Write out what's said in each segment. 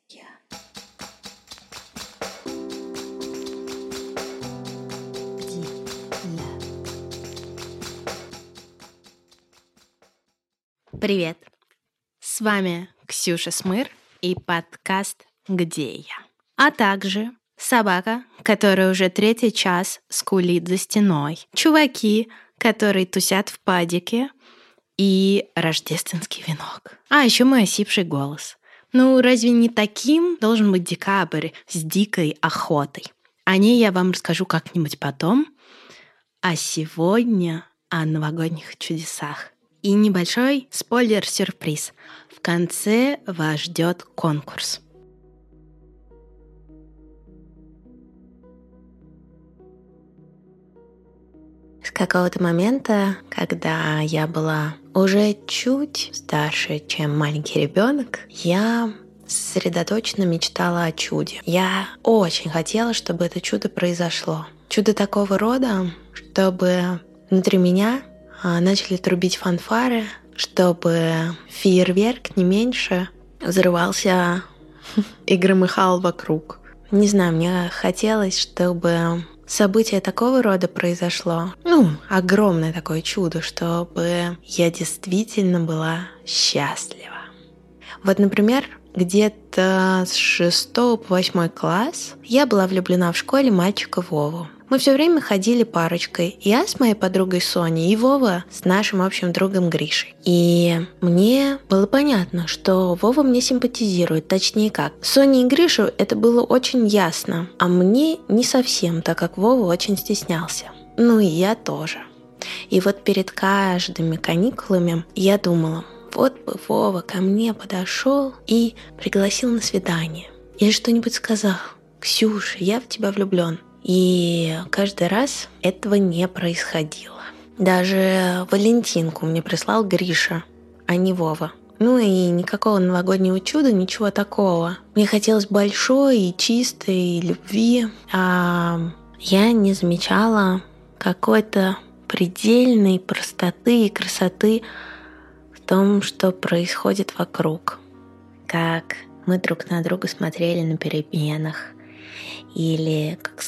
Привет! С вами Ксюша Смыр и подкаст «Где я?». А также собака, которая уже 3-й час скулит за стеной, чуваки, которые тусят в падике, и рождественский венок. А еще мой осипший голос. Ну, разве не таким должен быть декабрь с дикой охотой? О ней я вам расскажу как-нибудь потом. А сегодня о новогодних чудесах. И небольшой спойлер-сюрприз. В конце вас ждет конкурс. С какого-то момента, когда я была уже чуть старше, чем маленький ребенок, я сосредоточенно мечтала о чуде. Я очень хотела, чтобы это чудо произошло. Чудо такого рода, чтобы внутри меня начали трубить фанфары, чтобы фейерверк не меньше взрывался и громыхал вокруг. Не знаю, мне хотелось, чтобы событие такого рода произошло. Огромное такое чудо, чтобы я действительно была счастлива. Вот, например, где-то с 6 по 8 класс я была влюблена в школе мальчика Вову. Мы все время ходили парочкой. Я с моей подругой Соней и Вова с нашим общим другом Гришей. И мне было понятно, что Вова мне симпатизирует, точнее как. Соне и Гришу это было очень ясно, а мне не совсем, так как Вова очень стеснялся. И я тоже. И вот перед каждыми каникулами я думала, вот бы Вова ко мне подошел и пригласил на свидание. Или что-нибудь сказал. «Ксюша, я в тебя влюблен». И каждый раз этого не происходило. Даже Валентинку мне прислал Гриша, а не Вова. И никакого новогоднего чуда, ничего такого. Мне хотелось большой и чистой любви, а я не замечала какой-то предельной простоты и красоты в том, что происходит вокруг. Как мы друг на друга смотрели на переменах, или как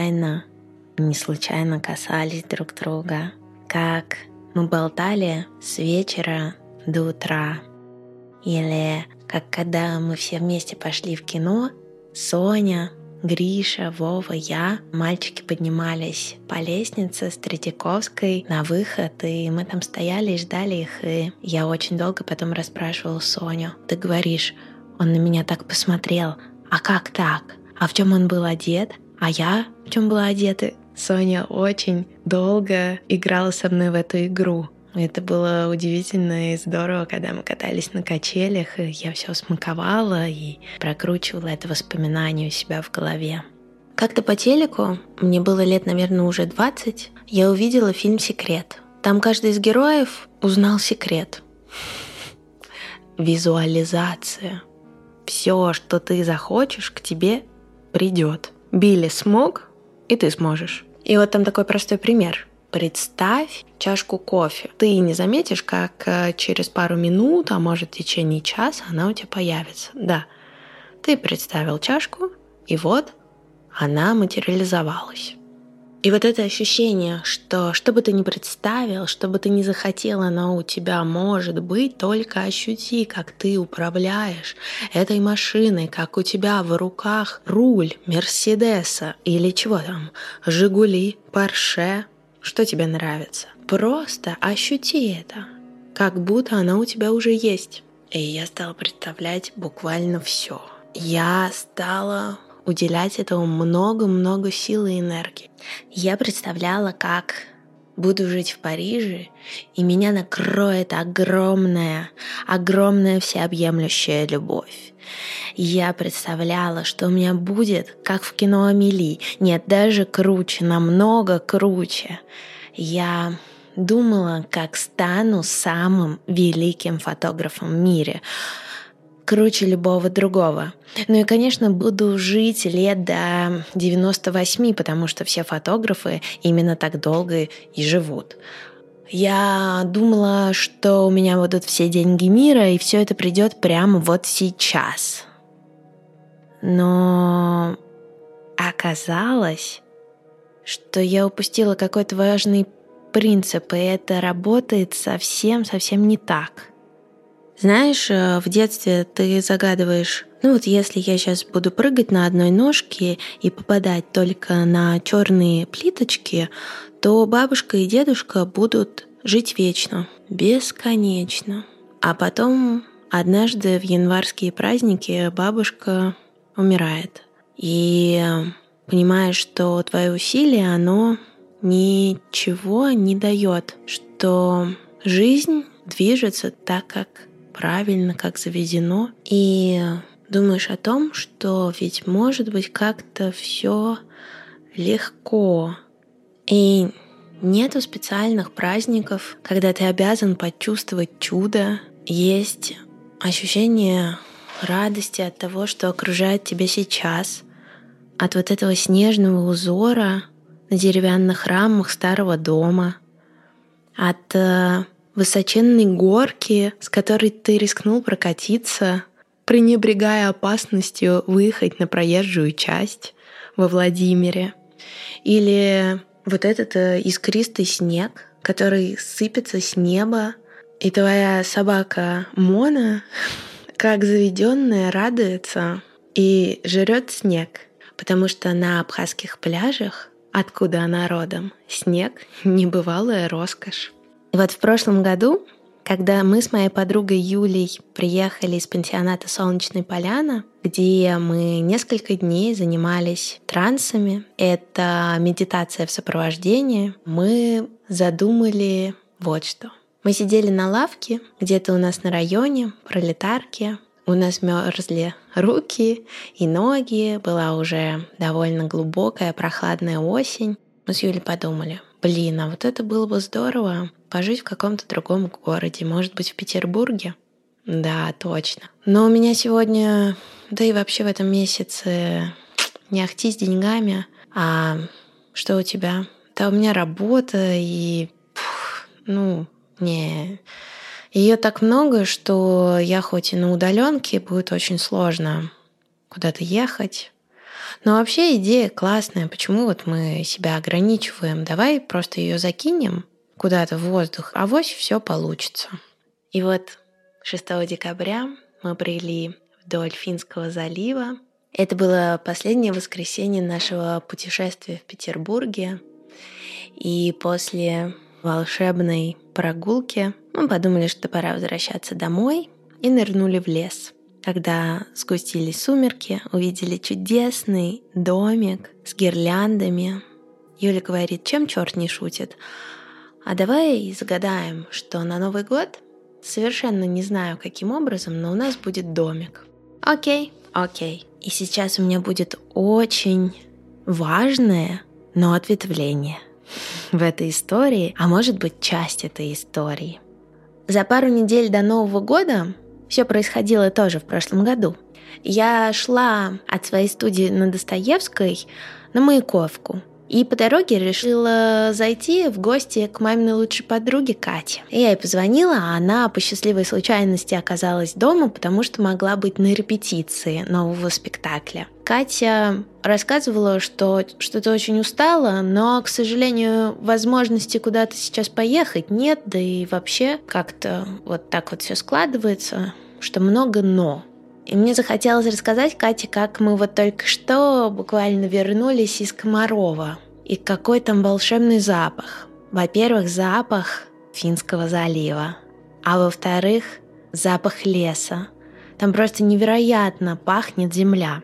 не случайно касались друг друга, как мы болтали с вечера до утра, или как когда мы все вместе пошли в кино, Соня, Гриша, Вова, я, мальчики поднимались по лестнице с Третьяковской на выход, и мы там стояли и ждали их, и я очень долго потом расспрашивала Соню. Ты говоришь, он на меня так посмотрел, а как так? А в чем он был одет? А я в чем была одета? Соня очень долго играла со мной в эту игру. Это было удивительно и здорово, когда мы катались на качелях, и я все смаковала и прокручивала это воспоминание у себя в голове. Как-то по телеку, мне было лет, наверное, уже 20, я увидела фильм «Секрет». Там каждый из героев узнал секрет. Визуализация. Все, что ты захочешь, к тебе придет. Билли смог, и ты сможешь. И вот там такой простой пример. Представь чашку кофе. Ты не заметишь, как через пару минут, а может в течение часа она у тебя появится. Да, ты представил чашку, и вот она материализовалась. И вот это ощущение, что бы ты ни представил, что бы ты ни захотел, оно у тебя может быть, только ощути, как ты управляешь этой машиной, как у тебя в руках руль Мерседеса или чего там, Жигули, Порше, что тебе нравится. Просто ощути это, как будто оно у тебя уже есть. И я стала представлять буквально все. Я стала уделять этому много-много силы и энергии. Я представляла, как буду жить в Париже, и меня накроет огромная всеобъемлющая любовь. Я представляла, что у меня будет, как в кино «Амели». Нет, даже круче, намного круче. Я думала, как стану самым великим фотографом в мире. Круче любого другого. И, конечно, буду жить лет до 98, потому что все фотографы именно так долго и живут. Я думала, что у меня будут все деньги мира, и все это придет прямо вот сейчас. Но оказалось, что я упустила какой-то важный принцип, и это работает совсем не так. Знаешь, в детстве ты загадываешь, если я сейчас буду прыгать на одной ножке и попадать только на черные плиточки, то бабушка и дедушка будут жить вечно, бесконечно. А потом однажды в январские праздники бабушка умирает. И понимаешь, что твое усилие, оно ничего не дает, что жизнь движется так, как правильно, как заведено. И думаешь о том, что ведь может быть как-то все легко. И нету специальных праздников, когда ты обязан почувствовать чудо. Есть ощущение радости от того, что окружает тебя сейчас, от вот этого снежного узора на деревянных рамах старого дома, от высоченной горки, с которой ты рискнул прокатиться, пренебрегая опасностью выехать на проезжую часть во Владимире. Или вот этот искристый снег, который сыпется с неба, и твоя собака Мона, как заведенная, радуется и жрет снег, потому что на абхазских пляжах, откуда она родом, снег — небывалая роскошь. И вот в прошлом году, когда мы с моей подругой Юлей приехали из пансионата «Солнечная поляна», где мы несколько дней занимались трансами, это медитация в сопровождении, мы задумали вот что. Мы сидели на лавке где-то у нас на районе, пролетарке, у нас мерзли руки и ноги, была уже довольно глубокая прохладная осень. Мы с Юлей подумали, а вот это было бы здорово пожить в каком-то другом городе, может быть, в Петербурге? Да, точно. Но у меня сегодня, да и вообще в этом месяце не ахти с деньгами. А что у тебя? Да у меня работа и... не... Ее так много, что я хоть и на удаленке, будет очень сложно куда-то ехать. Но вообще идея классная. Почему вот мы себя ограничиваем? Давай просто ее закинем куда-то в воздух, авось все получится. И вот 6 декабря мы брели вдоль Финского залива. Это было последнее воскресенье нашего путешествия в Петербурге. И после волшебной прогулки мы подумали, что пора возвращаться домой, и нырнули в лес. Когда сгустились сумерки, увидели чудесный домик с гирляндами. Юля говорит, чем черт не шутит? А давай загадаем, что на Новый год, совершенно не знаю каким образом, но у нас будет домик. Окей. И сейчас у меня будет очень важное, но ответвление в этой истории, а может быть часть этой истории. За пару недель до Нового года все происходило тоже в прошлом году. Я шла от своей студии на Достоевской на Маяковку. И по дороге решила зайти в гости к маминой лучшей подруге Кате. И я ей позвонила, а она по счастливой случайности оказалась дома, потому что могла быть на репетиции нового спектакля. Катя рассказывала, что что-то очень устала, но, к сожалению, возможности куда-то сейчас поехать нет, да и вообще как-то вот так вот все складывается, что много «но». И мне захотелось рассказать Кате, как мы вот только что буквально вернулись из Комарова. И какой там волшебный запах. Во-первых, запах Финского залива. А во-вторых, запах леса. Там просто невероятно пахнет земля.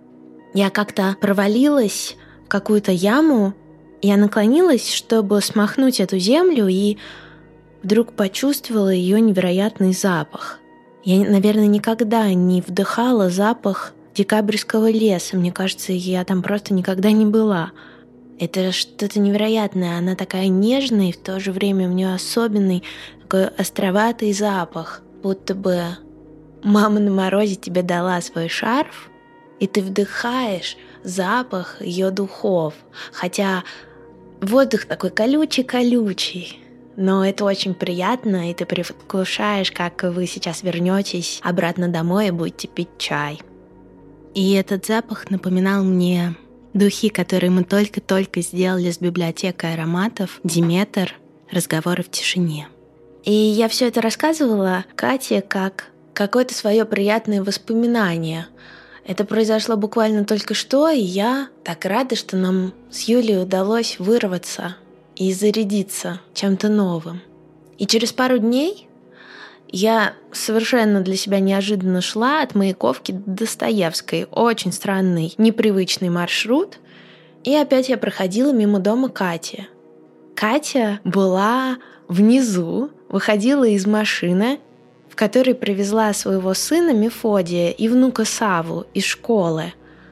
Я как-то провалилась в какую-то яму. Я наклонилась, чтобы смахнуть эту землю, и вдруг почувствовала ее невероятный запах. Я, наверное, никогда не вдыхала запах декабрьского леса. Мне кажется, я там просто никогда не была. Это что-то невероятное. Она такая нежная, и в то же время у нее особенный такой островатый запах. Будто бы мама на морозе тебе дала свой шарф, и ты вдыхаешь запах ее духов. Хотя воздух такой колючий-колючий. Но это очень приятно, и ты предвкушаешь, как вы сейчас вернетесь обратно домой и будете пить чай. И этот запах напоминал мне духи, которые мы только-только сделали с библиотекой ароматов «Диметр. Разговоры в тишине». И я все это рассказывала Кате как какое-то свое приятное воспоминание. Это произошло буквально только что, и я так рада, что нам с Юлей удалось вырваться и зарядиться чем-то новым. И через пару дней я совершенно для себя неожиданно шла от Маяковки до Достоевской. Очень странный, непривычный маршрут. И опять я проходила мимо дома Кати. Катя была внизу, выходила из машины, в которой привезла своего сына Мефодия и внука Саву из школы.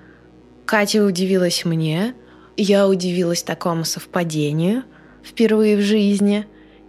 Катя удивилась мне, я удивилась такому совпадению впервые в жизни.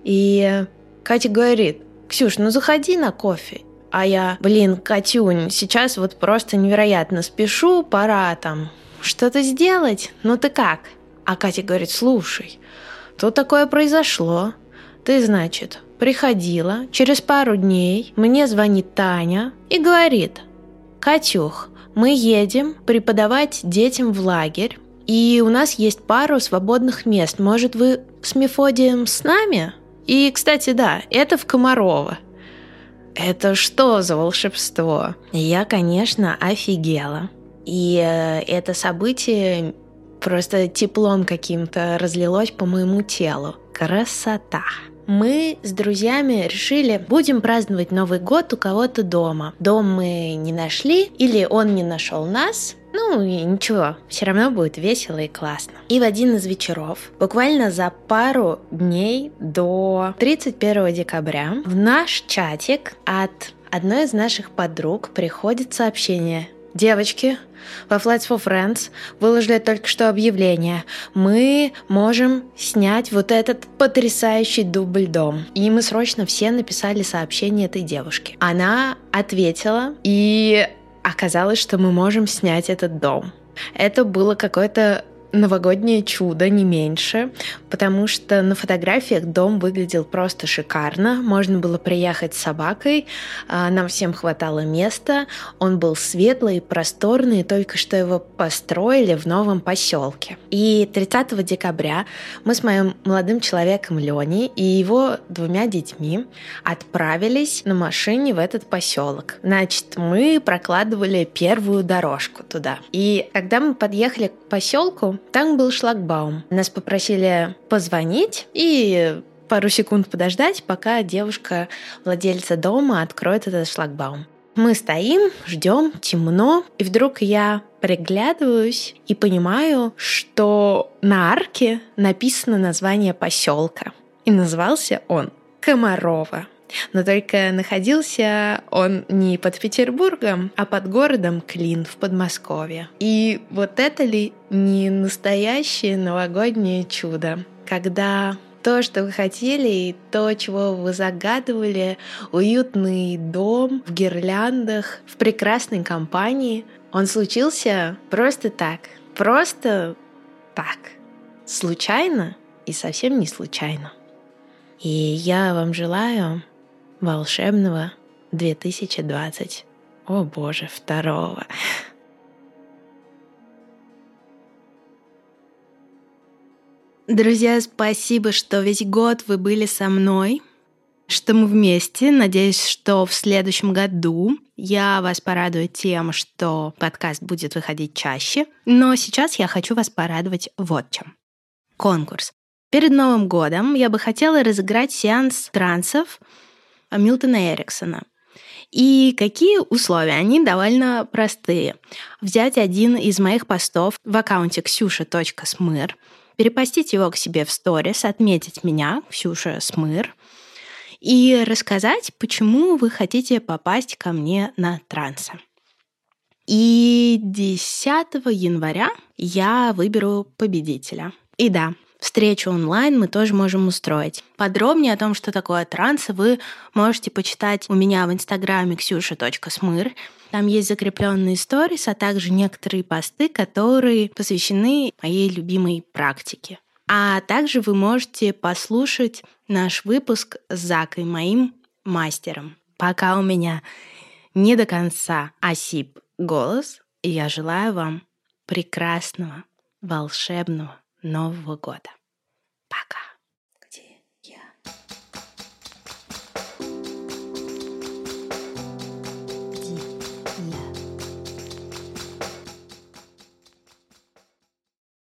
И Катя говорит: «Ксюш, ну заходи на кофе». А я: Катюнь, сейчас вот просто невероятно спешу, пора там что-то сделать. Ну ты как? А Катя говорит: слушай, тут такое произошло. Ты, значит, приходила, через пару дней мне звонит Таня и говорит: Катюх, мы едем преподавать детям в лагерь, и у нас есть пару свободных мест. Может, вы с Мефодием с нами? И, кстати, да, это в Комарово. Это что за волшебство? Я, конечно, офигела. И это событие просто теплом каким-то разлилось по моему телу. Красота! Мы с друзьями решили, будем праздновать Новый год у кого-то дома. Дом мы не нашли, или он не нашел нас. Ну и ничего, все равно будет весело и классно. И в один из вечеров, буквально за пару дней до 31 декабря, в наш чатик от одной из наших подруг приходит сообщение: девочки, во Flights for Friends выложили только что объявление. Мы можем снять вот этот потрясающий дубль-дом. И мы срочно все написали сообщение этой девушке. Она ответила, и оказалось, что мы можем снять этот дом. Это было какое-то новогоднее чудо, не меньше, потому что на фотографиях дом выглядел просто шикарно. Можно было приехать с собакой, нам всем хватало места. Он был светлый, просторный, и только что его построили в новом поселке. И 30 декабря мы с моим молодым человеком Леней и его 2 детьми отправились на машине в этот поселок. Значит, мы прокладывали первую дорожку туда. И когда мы подъехали к поселку, там был шлагбаум. Нас попросили позвонить и пару секунд подождать, пока девушка, владельца дома, откроет этот шлагбаум. Мы стоим, ждем, темно, и вдруг я приглядываюсь и понимаю, что на арке написано название поселка. И назывался он Комарово. Но только находился он не под Петербургом, а под городом Клин в Подмосковье. И вот это ли не настоящее новогоднее чудо, когда то, что вы хотели, и то, чего вы загадывали, уютный дом в гирляндах, в прекрасной компании, он случился просто так, случайно и совсем не случайно. И я вам желаю волшебного 2020. О боже, 2. Друзья, спасибо, что весь год вы были со мной, что мы вместе. Надеюсь, что в следующем году я вас порадую тем, что подкаст будет выходить чаще. Но сейчас я хочу вас порадовать вот чем. Конкурс. Перед Новым годом я бы хотела разыграть сеанс трансов Милтона Эриксона. И какие условия? Они довольно простые. Взять один из моих постов в аккаунте ksusha.smyr, перепостить его к себе в сторис, отметить меня, Ксюша Смыр, и рассказать, почему вы хотите попасть ко мне на трансы. И 10 января я выберу победителя. И да, встречу онлайн мы тоже можем устроить. Подробнее о том, что такое трансы, вы можете почитать у меня в инстаграме ksusha.smyr. Там есть закрепленные сторис, а также некоторые посты, которые посвящены моей любимой практике. А также вы можете послушать наш выпуск с Закой, моим мастером. Пока у меня не до конца осип голос, И я желаю вам прекрасного, волшебного Нового года.